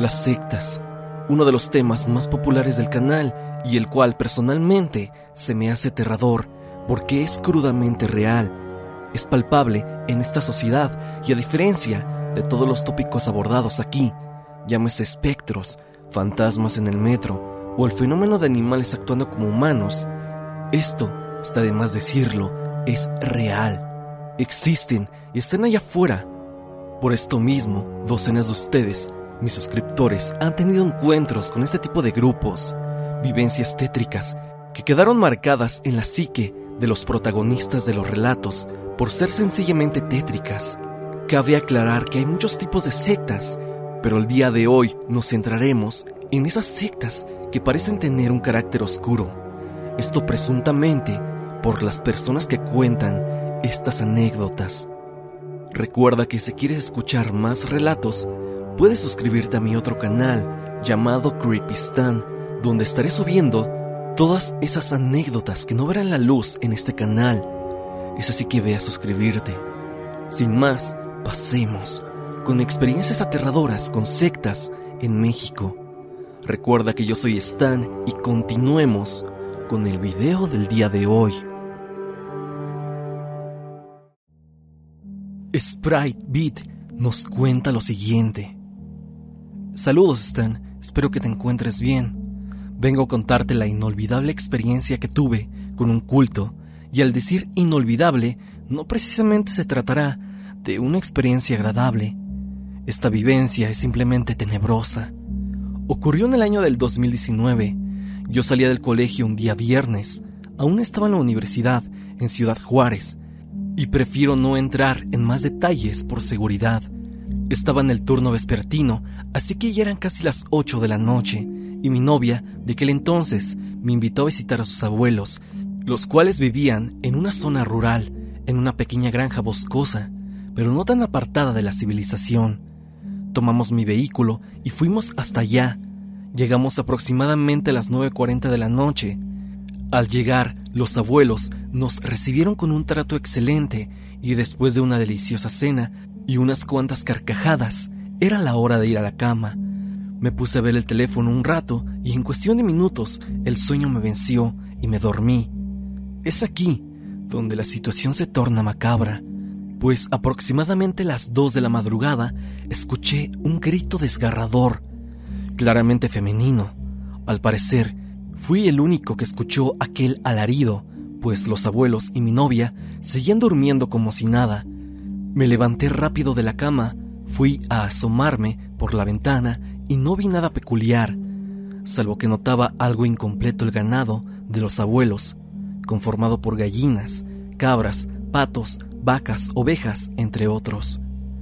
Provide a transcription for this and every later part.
Las sectas, uno de los temas más populares del canal y el cual personalmente se me hace aterrador porque es crudamente real, es palpable en esta sociedad y a diferencia de todos los tópicos abordados aquí, llámese espectros, fantasmas en el metro o el fenómeno de animales actuando como humanos, esto, está de más decirlo, es real. Existen y están allá afuera. Por esto mismo, docenas de ustedes, mis suscriptores, han tenido encuentros con este tipo de grupos, vivencias tétricas que quedaron marcadas en la psique de los protagonistas de los relatos por ser sencillamente tétricas. Cabe aclarar que hay muchos tipos de sectas, pero el día de hoy nos centraremos en esas sectas que parecen tener un carácter oscuro. Esto presuntamente por las personas que cuentan estas anécdotas. Recuerda que si quieres escuchar más relatos, puedes suscribirte a mi otro canal llamado Creepistan, donde estaré subiendo todas esas anécdotas que no verán la luz en este canal. Es así que ve a suscribirte. Sin más, pasemos con experiencias aterradoras con sectas en México. Recuerda que yo soy Stan y continuemos con el video del día de hoy. Sprite Beat nos cuenta lo siguiente. Saludos Stan, espero que te encuentres bien. Vengo a contarte la inolvidable experiencia que tuve con un culto, y al decir inolvidable, no precisamente se tratará de una experiencia agradable. Esta vivencia es simplemente tenebrosa. Ocurrió en el año del 2019. Yo salía del colegio un día viernes, aún estaba en la universidad en Ciudad Juárez, y prefiero no entrar en más detalles por seguridad. Estaba en el turno vespertino, así que ya eran casi las 8 de la noche, y mi novia, de aquel entonces, me invitó a visitar a sus abuelos, los cuales vivían en una zona rural, en una pequeña granja boscosa, pero no tan apartada de la civilización. Tomamos mi vehículo y fuimos hasta allá. Llegamos aproximadamente a las 9:40 de la noche. Al llegar, los abuelos nos recibieron con un trato excelente y después de una deliciosa cena y unas cuantas carcajadas, era la hora de ir a la cama. Me puse a ver el teléfono un rato y en cuestión de minutos el sueño me venció y me dormí. Es aquí donde la situación se torna macabra, pues aproximadamente a las 2 de la madrugada escuché un grito desgarrador, claramente femenino. Al parecer, fui el único que escuchó aquel alarido, pues los abuelos y mi novia seguían durmiendo como si nada. Me levanté rápido de la cama, fui a asomarme por la ventana y no vi nada peculiar, salvo que notaba algo incompleto el ganado de los abuelos, conformado por gallinas, cabras, patos, vacas, ovejas, entre otros.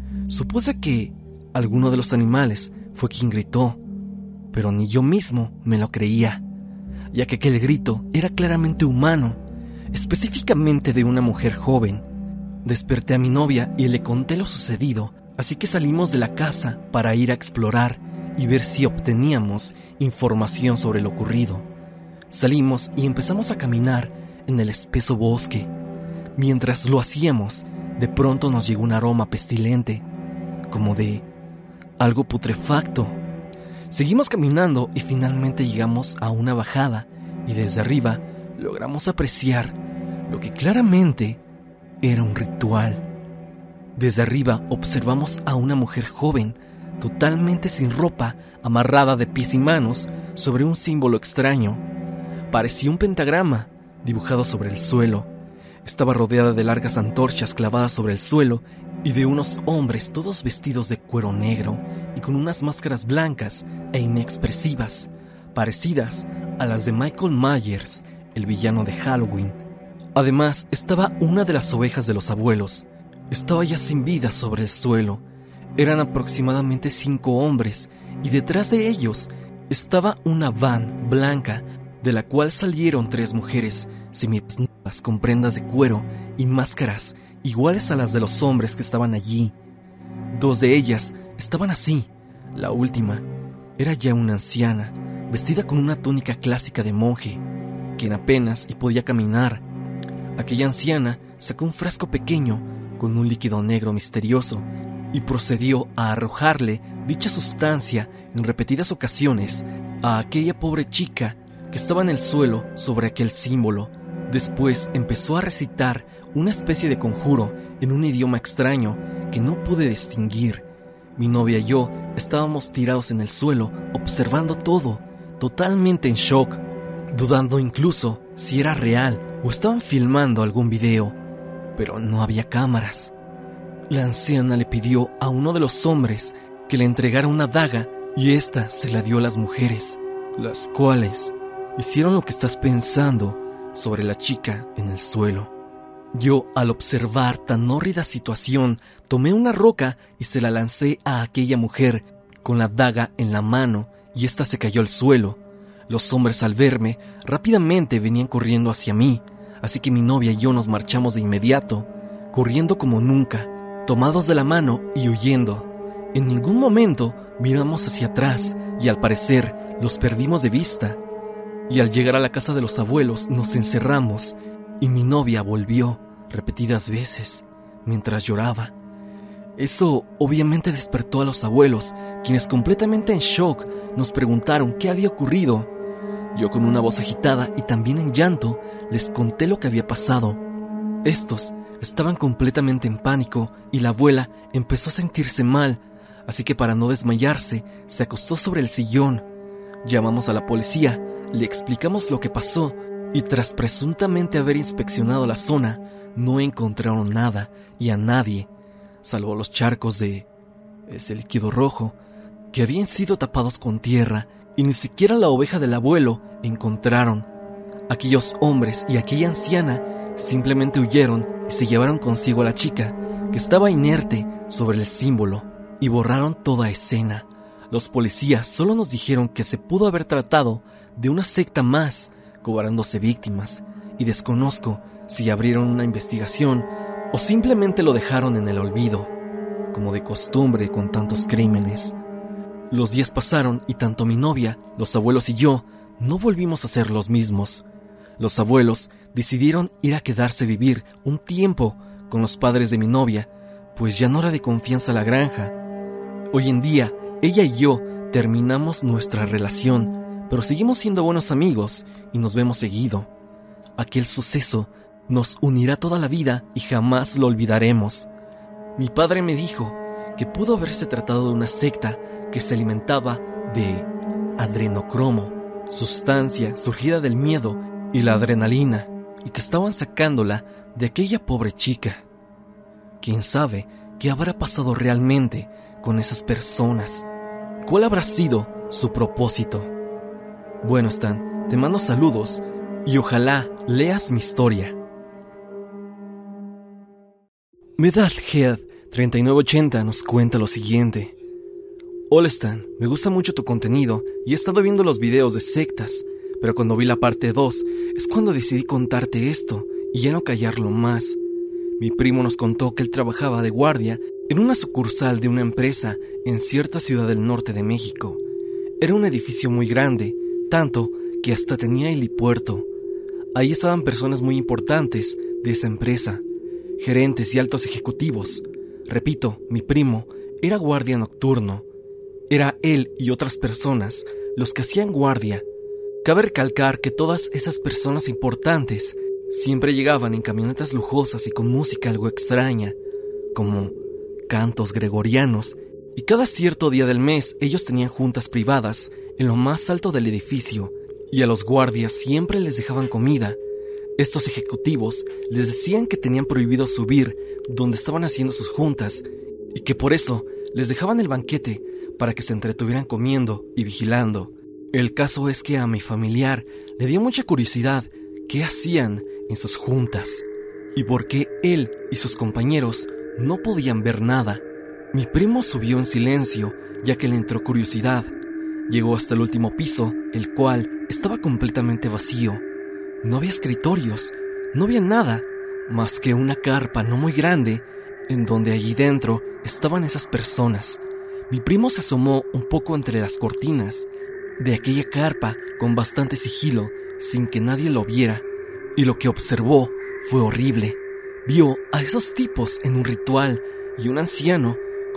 Supuse que alguno de los animales fue quien gritó, pero ni yo mismo me lo creía, ya que aquel grito era claramente humano, específicamente de una mujer joven. Desperté a mi novia y le conté lo sucedido, así que salimos de la casa para ir a explorar y ver si obteníamos información sobre lo ocurrido. Salimos y empezamos a caminar en el espeso bosque. Mientras lo hacíamos, de pronto nos llegó un aroma pestilente, como de algo putrefacto. Seguimos caminando y finalmente llegamos a una bajada y desde arriba logramos apreciar lo que claramente era un ritual. Desde arriba observamos a una mujer joven, totalmente sin ropa, amarrada de pies y manos sobre un símbolo extraño. Parecía un pentagrama dibujado sobre el suelo. Estaba rodeada de largas antorchas clavadas sobre el suelo y de unos hombres todos vestidos de cuero negro y con unas máscaras blancas e inexpresivas, parecidas a las de Michael Myers, el villano de Halloween. Además, estaba una de las ovejas de los abuelos. Estaba ya sin vida sobre el suelo. Eran aproximadamente 5 hombres y detrás de ellos estaba una van blanca de la cual salieron 3 mujeres semidesnudas con prendas de cuero y máscaras iguales a las de los hombres que estaban allí. 2 de ellas estaban así. La última era ya una anciana, vestida con una túnica clásica de monje, quien apenas y podía caminar. Aquella anciana sacó un frasco pequeño con un líquido negro misterioso y procedió a arrojarle dicha sustancia en repetidas ocasiones a aquella pobre chica que estaba en el suelo sobre aquel símbolo. Después empezó a recitar una especie de conjuro en un idioma extraño que no pude distinguir. Mi novia y yo estábamos tirados en el suelo observando todo, totalmente en shock, dudando incluso si era real o estaban filmando algún video, pero no había cámaras. La anciana le pidió a uno de los hombres que le entregara una daga y ésta se la dio a las mujeres, las cuales hicieron lo que estás pensando sobre la chica en el suelo. Yo, al observar tan horrida situación, tomé una roca y se la lancé a aquella mujer con la daga en la mano y ésta se cayó al suelo. Los hombres, al verme, rápidamente venían corriendo hacia mí, así que mi novia y yo nos marchamos de inmediato, corriendo como nunca, tomados de la mano y huyendo. En ningún momento miramos hacia atrás y al parecer los perdimos de vista. Y al llegar a la casa de los abuelos nos encerramos y mi novia volvió repetidas veces mientras lloraba. Eso obviamente despertó a los abuelos, quienes completamente en shock nos preguntaron qué había ocurrido. Yo, con una voz agitada y también en llanto, les conté lo que había pasado. Estos estaban completamente en pánico y la abuela empezó a sentirse mal, así que para no desmayarse se acostó sobre el sillón. Llamamos a la policía, le explicamos lo que pasó y tras presuntamente haber inspeccionado la zona, no encontraron nada y a nadie, salvo los charcos de ese líquido rojo que habían sido tapados con tierra, y ni siquiera la oveja del abuelo encontraron. Aquellos hombres y aquella anciana simplemente huyeron y se llevaron consigo a la chica que estaba inerte sobre el símbolo y borraron toda escena. Los policías solo nos dijeron que se pudo haber tratado de una secta más cobrándose víctimas, y desconozco si abrieron una investigación o simplemente lo dejaron en el olvido, como de costumbre con tantos crímenes. Los días pasaron y tanto mi novia, los abuelos y yo no volvimos a ser los mismos. Los abuelos decidieron ir a quedarse a vivir un tiempo con los padres de mi novia, pues ya no era de confianza la granja. Hoy en día, ella y yo terminamos nuestra relación, pero seguimos siendo buenos amigos y nos vemos seguido. Aquel suceso nos unirá toda la vida y jamás lo olvidaremos. Mi padre me dijo que pudo haberse tratado de una secta que se alimentaba de adrenocromo, sustancia surgida del miedo y la adrenalina, y que estaban sacándola de aquella pobre chica. ¿Quién sabe qué habrá pasado realmente con esas personas? ¿Cuál habrá sido su propósito? Bueno, Stan, te mando saludos y ojalá leas mi historia. Medalhead 3980 nos cuenta lo siguiente. Hola Stan, me gusta mucho tu contenido y he estado viendo los videos de sectas, pero cuando vi la parte 2 es cuando decidí contarte esto y ya no callarlo más. Mi primo nos contó que él trabajaba de guardia en una sucursal de una empresa en cierta ciudad del norte de México. Era un edificio muy grande, tanto que hasta tenía helipuerto. Ahí estaban personas muy importantes de esa empresa, gerentes y altos ejecutivos. Repito, mi primo era guardia nocturno. Era él y otras personas los que hacían guardia. Cabe recalcar que todas esas personas importantes siempre llegaban en camionetas lujosas y con música algo extraña, como cantos gregorianos, y cada cierto día del mes ellos tenían juntas privadas en lo más alto del edificio, y a los guardias siempre les dejaban comida. Estos ejecutivos les decían que tenían prohibido subir donde estaban haciendo sus juntas, y que por eso les dejaban el banquete para que se entretuvieran comiendo y vigilando. El caso es que a mi familiar le dio mucha curiosidad qué hacían en sus juntas y por qué él y sus compañeros no podían ver nada. Mi primo subió en silencio ya que le entró curiosidad. Llegó hasta el último piso, el cual estaba completamente vacío. No había escritorios, no había nada más que una carpa no muy grande en donde allí dentro estaban esas personas. Mi primo se asomó un poco entre las cortinas de aquella carpa con bastante sigilo, sin que nadie lo viera, y lo que observó fue horrible. Vio a esos tipos en un ritual y un anciano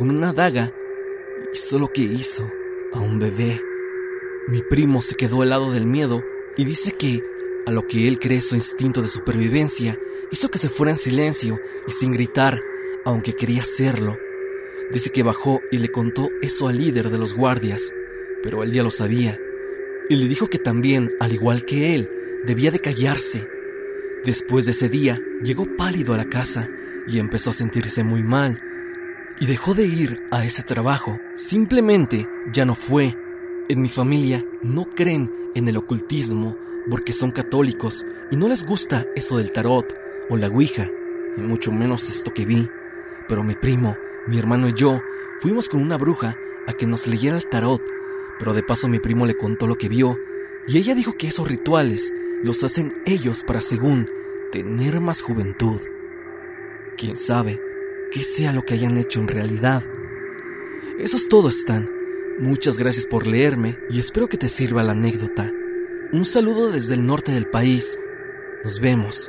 con una daga hizo lo que hizo a un bebé. Mi primo se quedó helado del miedo y dice que, a lo que él cree su instinto de supervivencia, hizo que se fuera en silencio y sin gritar, aunque quería hacerlo. Dice que bajó y le contó eso al líder de los guardias, pero él ya lo sabía, y le dijo que también, al igual que él, debía de callarse. Después de ese día, llegó pálido a la casa y empezó a sentirse muy mal, y dejó de ir a ese trabajo. Simplemente ya no fue. En mi familia no creen en el ocultismo porque son católicos y no les gusta eso del tarot o la ouija, y mucho menos esto que vi. Pero mi primo, mi hermano y yo fuimos con una bruja a que nos leyera el tarot, pero de paso mi primo le contó lo que vio y ella dijo que esos rituales los hacen ellos para, según, tener más juventud. ¿Quién sabe qué sea lo que hayan hecho en realidad? Eso es todo, Stan. Muchas gracias por leerme y espero que te sirva la anécdota. Un saludo desde el norte del país. Nos vemos.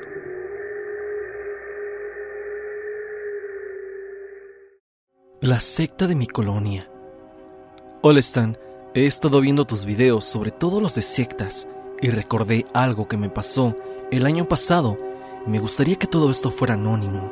La secta de mi colonia. Hola, Stan. He estado viendo tus videos, sobre todo los de sectas, y recordé algo que me pasó el año pasado. Me gustaría que todo esto fuera anónimo.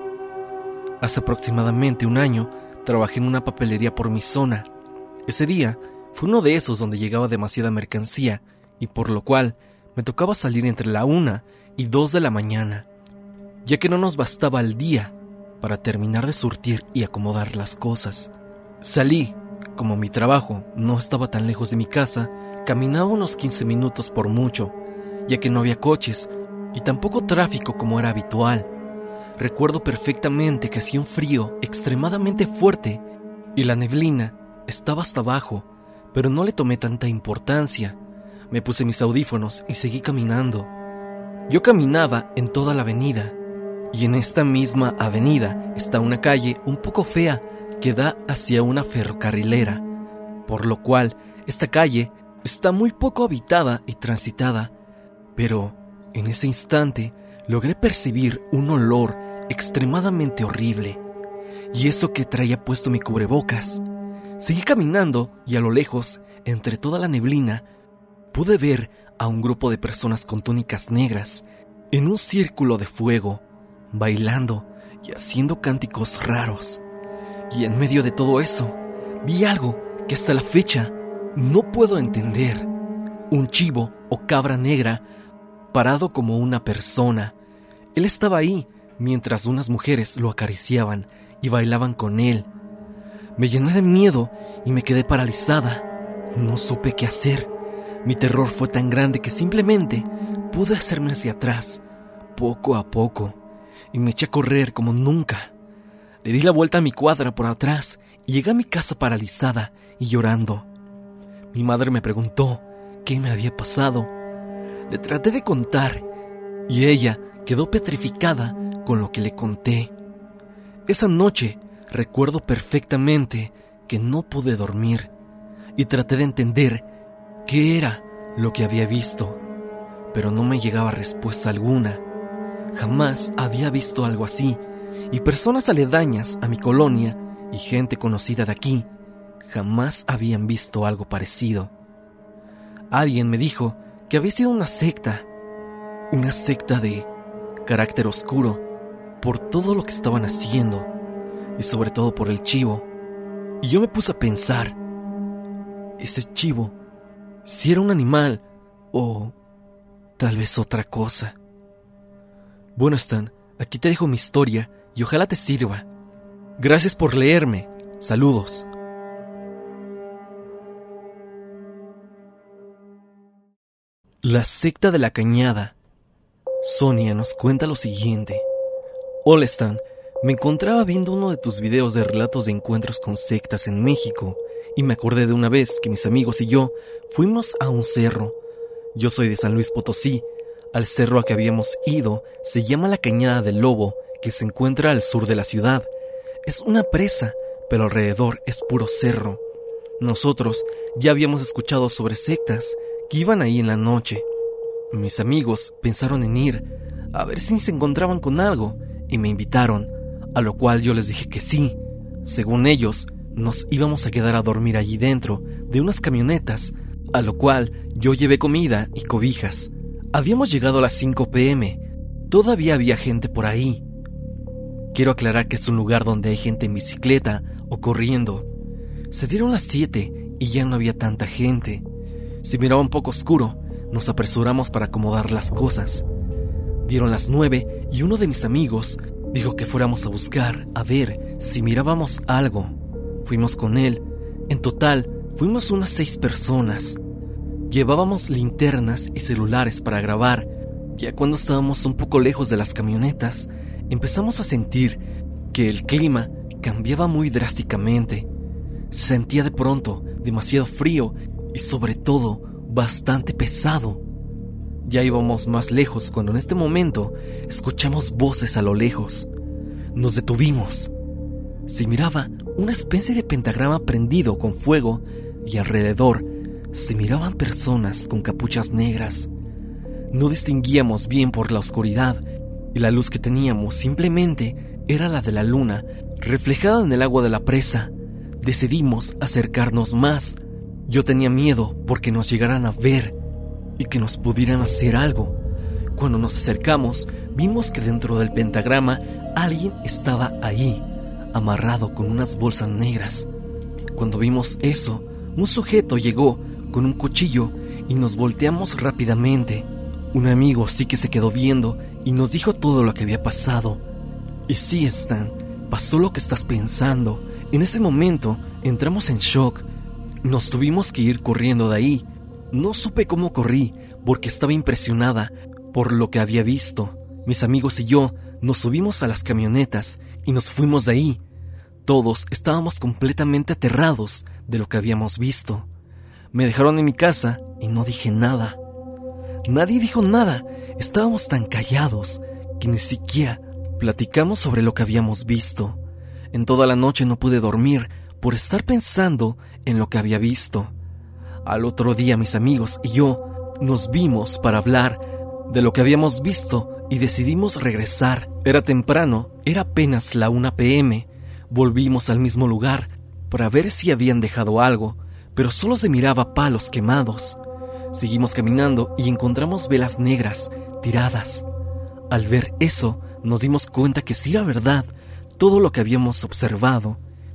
Hace aproximadamente un año trabajé en una papelería por mi zona. Ese día fue uno de esos donde llegaba demasiada mercancía y por lo cual me tocaba salir entre la 1 y 2 de la mañana, ya que no nos bastaba el día para terminar de surtir y acomodar las cosas. Salí, como mi trabajo no estaba tan lejos de mi casa, caminaba unos 15 minutos por mucho, ya que no había coches y tampoco tráfico como era habitual. Recuerdo perfectamente que hacía un frío extremadamente fuerte y la neblina estaba hasta abajo, pero no le tomé tanta importancia. Me puse mis audífonos y seguí caminando. Yo caminaba en toda la avenida, y en esta misma avenida está una calle un poco fea que da hacia una ferrocarrilera, por lo cual esta calle está muy poco habitada y transitada, pero en ese instante logré percibir un olor extremadamente horrible, y eso que traía puesto mi cubrebocas. Seguí caminando y a lo lejos, entre toda la neblina, pude ver a un grupo de personas con túnicas negras en un círculo de fuego, bailando y haciendo cánticos raros. Y en medio de todo eso, vi algo que hasta la fecha no puedo entender. Un chivo o cabra negra parado como una persona. Él estaba ahí mientras unas mujeres lo acariciaban y bailaban con él. Me llené de miedo y me quedé paralizada. No supe qué hacer. Mi terror fue tan grande que simplemente pude hacerme hacia atrás, poco a poco, y me eché a correr como nunca. Le di la vuelta a mi cuadra por atrás y llegué a mi casa paralizada y llorando. Mi madre me preguntó qué me había pasado. Le traté de contar y ella quedó petrificada con lo que le conté. Esa noche recuerdo perfectamente que no pude dormir y traté de entender qué era lo que había visto, pero no me llegaba respuesta alguna. Jamás había visto algo así, y personas aledañas a mi colonia y gente conocida de aquí jamás habían visto algo parecido. Alguien me dijo que había sido una secta de carácter oscuro por todo lo que estaban haciendo y sobre todo por el chivo. Y yo me puse a pensar, ese chivo, si era un animal o tal vez otra cosa. Bueno, Stan, aquí te dejo mi historia y ojalá te sirva. Gracias por leerme. Saludos. La secta de la cañada. Sonia nos cuenta lo siguiente. Hola, Stan. Me encontraba viendo uno de tus videos de relatos de encuentros con sectas en México y me acordé de una vez que mis amigos y yo fuimos a un cerro. Yo soy de San Luis Potosí. Al cerro a que habíamos ido se llama la Cañada del Lobo, que se encuentra al sur de la ciudad. Es una presa, pero alrededor es puro cerro. Nosotros ya habíamos escuchado sobre sectas que iban ahí en la noche. Mis amigos pensaron en ir a ver si se encontraban con algo y me invitaron, a lo cual yo les dije que sí. Según ellos, nos íbamos a quedar a dormir allí dentro de unas camionetas, a lo cual yo llevé comida y cobijas. Habíamos llegado a las 5 p.m. Todavía había gente por ahí. Quiero aclarar que es un lugar donde hay gente en bicicleta o corriendo. Se dieron las 7 y ya no había tanta gente. Se miraba un poco oscuro. Nos apresuramos para acomodar las cosas. Dieron las 9 y uno de mis amigos dijo que fuéramos a buscar, a ver si mirábamos algo. Fuimos con él. En total, fuimos unas 6 personas. Llevábamos linternas y celulares para grabar. Ya cuando estábamos un poco lejos de las camionetas, empezamos a sentir que el clima cambiaba muy drásticamente. Se sentía de pronto demasiado frío y sobre todo bastante pesado. Ya íbamos más lejos cuando en este momento escuchamos voces a lo lejos. Nos detuvimos. Se miraba una especie de pentagrama prendido con fuego y alrededor se miraban personas con capuchas negras. No distinguíamos bien por la oscuridad y la luz que teníamos simplemente era la de la luna reflejada en el agua de la presa. Decidimos acercarnos más. Yo tenía miedo porque nos llegaran a ver y que nos pudieran hacer algo. Cuando nos acercamos, vimos que dentro del pentagrama alguien estaba ahí, amarrado con unas bolsas negras. Cuando vimos eso, un sujeto llegó con un cuchillo y nos volteamos rápidamente. Un amigo sí que se quedó viendo y nos dijo todo lo que había pasado. Y sí, Stan, pasó lo que estás pensando. En ese momento entramos en shock. Nos tuvimos que ir corriendo de ahí. No supe cómo corrí porque estaba impresionada por lo que había visto. Mis amigos y yo nos subimos a las camionetas y nos fuimos de ahí. Todos estábamos completamente aterrados de lo que habíamos visto. Me dejaron en mi casa y no dije nada. Nadie dijo nada. Estábamos tan callados que ni siquiera platicamos sobre lo que habíamos visto. En toda la noche no pude dormir por estar pensando en lo que había visto. Al otro día mis amigos y yo nos vimos para hablar de lo que habíamos visto y decidimos regresar. Era temprano, era apenas la 1 p.m. Volvimos al mismo lugar para ver si habían dejado algo, pero solo se miraba palos quemados. Seguimos caminando y encontramos velas negras tiradas. Al ver eso, nos dimos cuenta que sí era verdad todo lo que habíamos observado.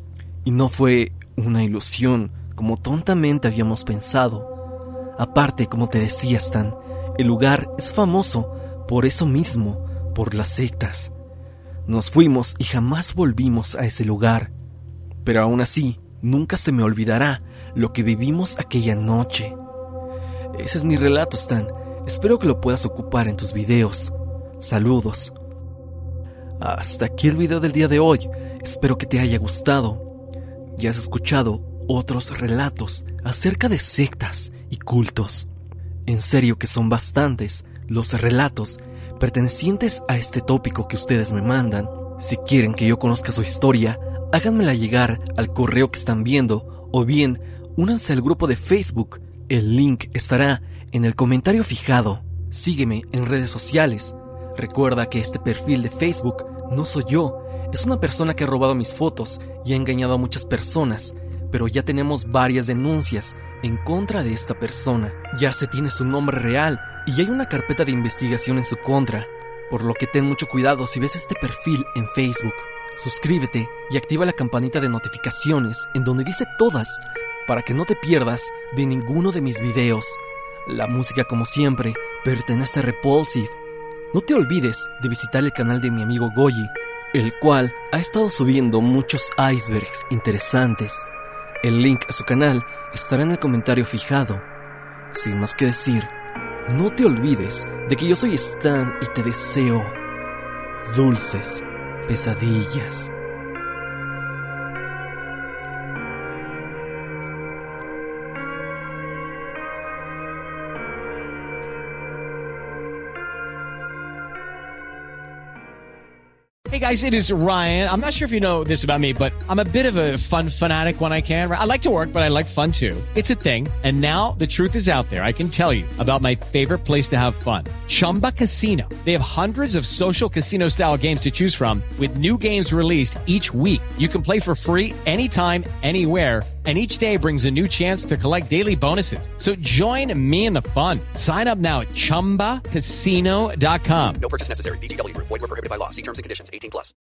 Y no fue una ilusión como tontamente habíamos pensado. Aparte, como te decía, Stan, el lugar es famoso por eso mismo, por las sectas. Nos fuimos y jamás volvimos a ese lugar. Pero aún así, nunca se me olvidará lo que vivimos aquella noche. Ese es mi relato, Stan. Espero que lo puedas ocupar en tus videos. Saludos. Hasta aquí el video del día de hoy. Espero que te haya gustado. Ya has escuchado otros relatos acerca de sectas y cultos. En serio que son bastantes los relatos pertenecientes a este tópico que ustedes me mandan. Si quieren que yo conozca su historia, háganmela llegar al correo que están viendo o bien únanse al grupo de Facebook. El link estará en el comentario fijado. Sígueme en redes sociales. Recuerda que este perfil de Facebook no soy yo. Es una persona que ha robado mis fotos y ha engañado a muchas personas, pero ya tenemos varias denuncias en contra de esta persona. Ya se tiene su nombre real y hay una carpeta de investigación en su contra, por lo que ten mucho cuidado si ves este perfil en Facebook. Suscríbete y activa la campanita de notificaciones en donde dice todas, para que no te pierdas de ninguno de mis videos. La música, como siempre, pertenece a Repulsive. No te olvides de visitar el canal de mi amigo Goyi, el cual ha estado subiendo muchos icebergs interesantes. El link a su canal estará en el comentario fijado. Sin más que decir, no te olvides de que yo soy Stan y te deseo dulces pesadillas. Hey guys, it is Ryan. I'm not sure if you know this about me, but I'm a bit of a fun fanatic when I can. I like to work, but I like fun too. It's a thing. And now the truth is out there. I can tell you about my favorite place to have fun. Chumba Casino. They have hundreds of social casino style games to choose from with new games released each week. You can play for free anytime, anywhere. And each day brings a new chance to collect daily bonuses. So join me in the fun. Sign up now at ChumbaCasino.com. No purchase necessary. VGW Group. Void where prohibited by law. See terms and conditions. 18+.